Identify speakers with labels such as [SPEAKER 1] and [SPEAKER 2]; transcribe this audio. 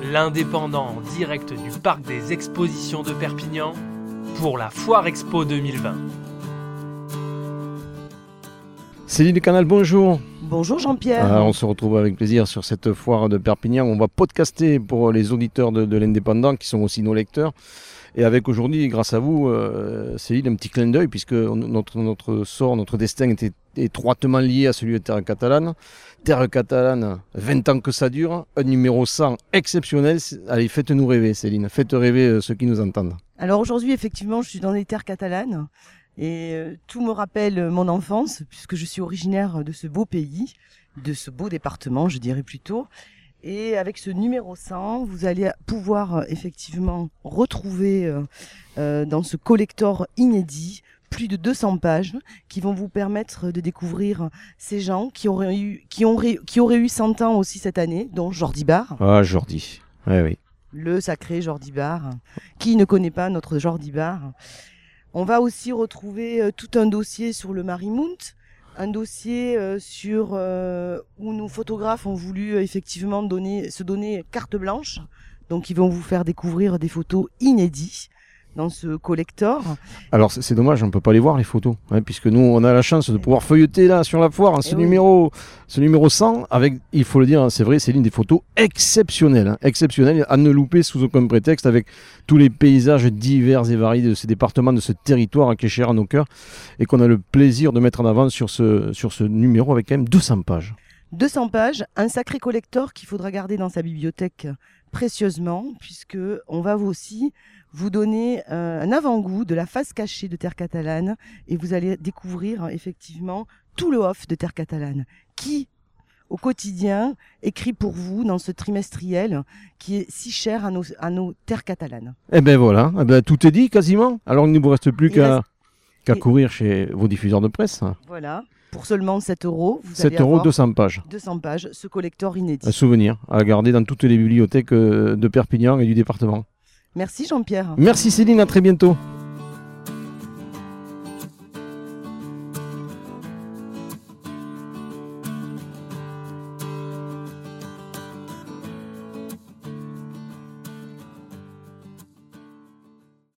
[SPEAKER 1] l'indépendant en direct du parc des expositions de Perpignan pour la Foire Expo 2020.
[SPEAKER 2] Céline Canal, bonjour.
[SPEAKER 3] Bonjour Jean-Pierre.
[SPEAKER 2] On se retrouve avec plaisir sur cette foire de Perpignan. On va podcaster pour les auditeurs de l'Indépendant qui sont aussi nos lecteurs. Et avec aujourd'hui, grâce à vous, Céline, un petit clin d'œil puisque notre sort, notre destin était étroitement lié à celui de Terre Catalane. Terre Catalane, 20 ans que ça dure, un numéro 100 exceptionnel. Allez, faites-nous rêver Céline, faites rêver ceux qui nous entendent.
[SPEAKER 3] Alors aujourd'hui, effectivement, je suis dans les terres catalanes et tout me rappelle mon enfance puisque je suis originaire de ce beau pays, de ce beau département, je dirais plutôt. Et avec ce numéro 100, vous allez pouvoir effectivement retrouver dans ce collector inédit plus de 200 pages qui vont vous permettre de découvrir ces gens qui auraient eu 100 ans aussi cette année, dont Jordi Bar.
[SPEAKER 2] Ah, Jordi, oui.
[SPEAKER 3] Le sacré Jordi Bar. Qui ne connaît pas notre Jordi Bar? On va aussi retrouver tout un dossier sur le Marimount, un dossier où nos photographes ont voulu effectivement se donner carte blanche. Donc ils vont vous faire découvrir des photos inédites dans ce collector.
[SPEAKER 2] Alors c'est dommage, on ne peut pas les voir les photos, puisque nous on a la chance de pouvoir feuilleter là sur la foire ce numéro 100 avec, il faut le dire, c'est vrai, Céline, des photos exceptionnelles, exceptionnelles, à ne louper sous aucun prétexte, avec tous les paysages divers et variés de ces départements, de ce territoire qui est cher à nos cœurs et qu'on a le plaisir de mettre en avant sur ce numéro avec quand même 200 pages.
[SPEAKER 3] 200 pages, un sacré collector qu'il faudra garder dans sa bibliothèque précieusement, puisque on va aussi vous donner un avant-goût de la face cachée de Terre Catalane et vous allez découvrir effectivement tout le off de Terre Catalane qui, au quotidien, écrit pour vous dans ce trimestriel qui est si cher à nos terres catalanes.
[SPEAKER 2] Et ben voilà, tout est dit quasiment. Alors il ne vous reste plus qu'à courir chez vos diffuseurs de presse.
[SPEAKER 3] Voilà. Pour seulement 7 €, vous
[SPEAKER 2] 7
[SPEAKER 3] allez avoir
[SPEAKER 2] 200 pages.
[SPEAKER 3] 200 pages, ce collector inédit.
[SPEAKER 2] Un souvenir à garder dans toutes les bibliothèques de Perpignan et du département.
[SPEAKER 3] Merci Jean-Pierre.
[SPEAKER 2] Merci Céline, à très bientôt.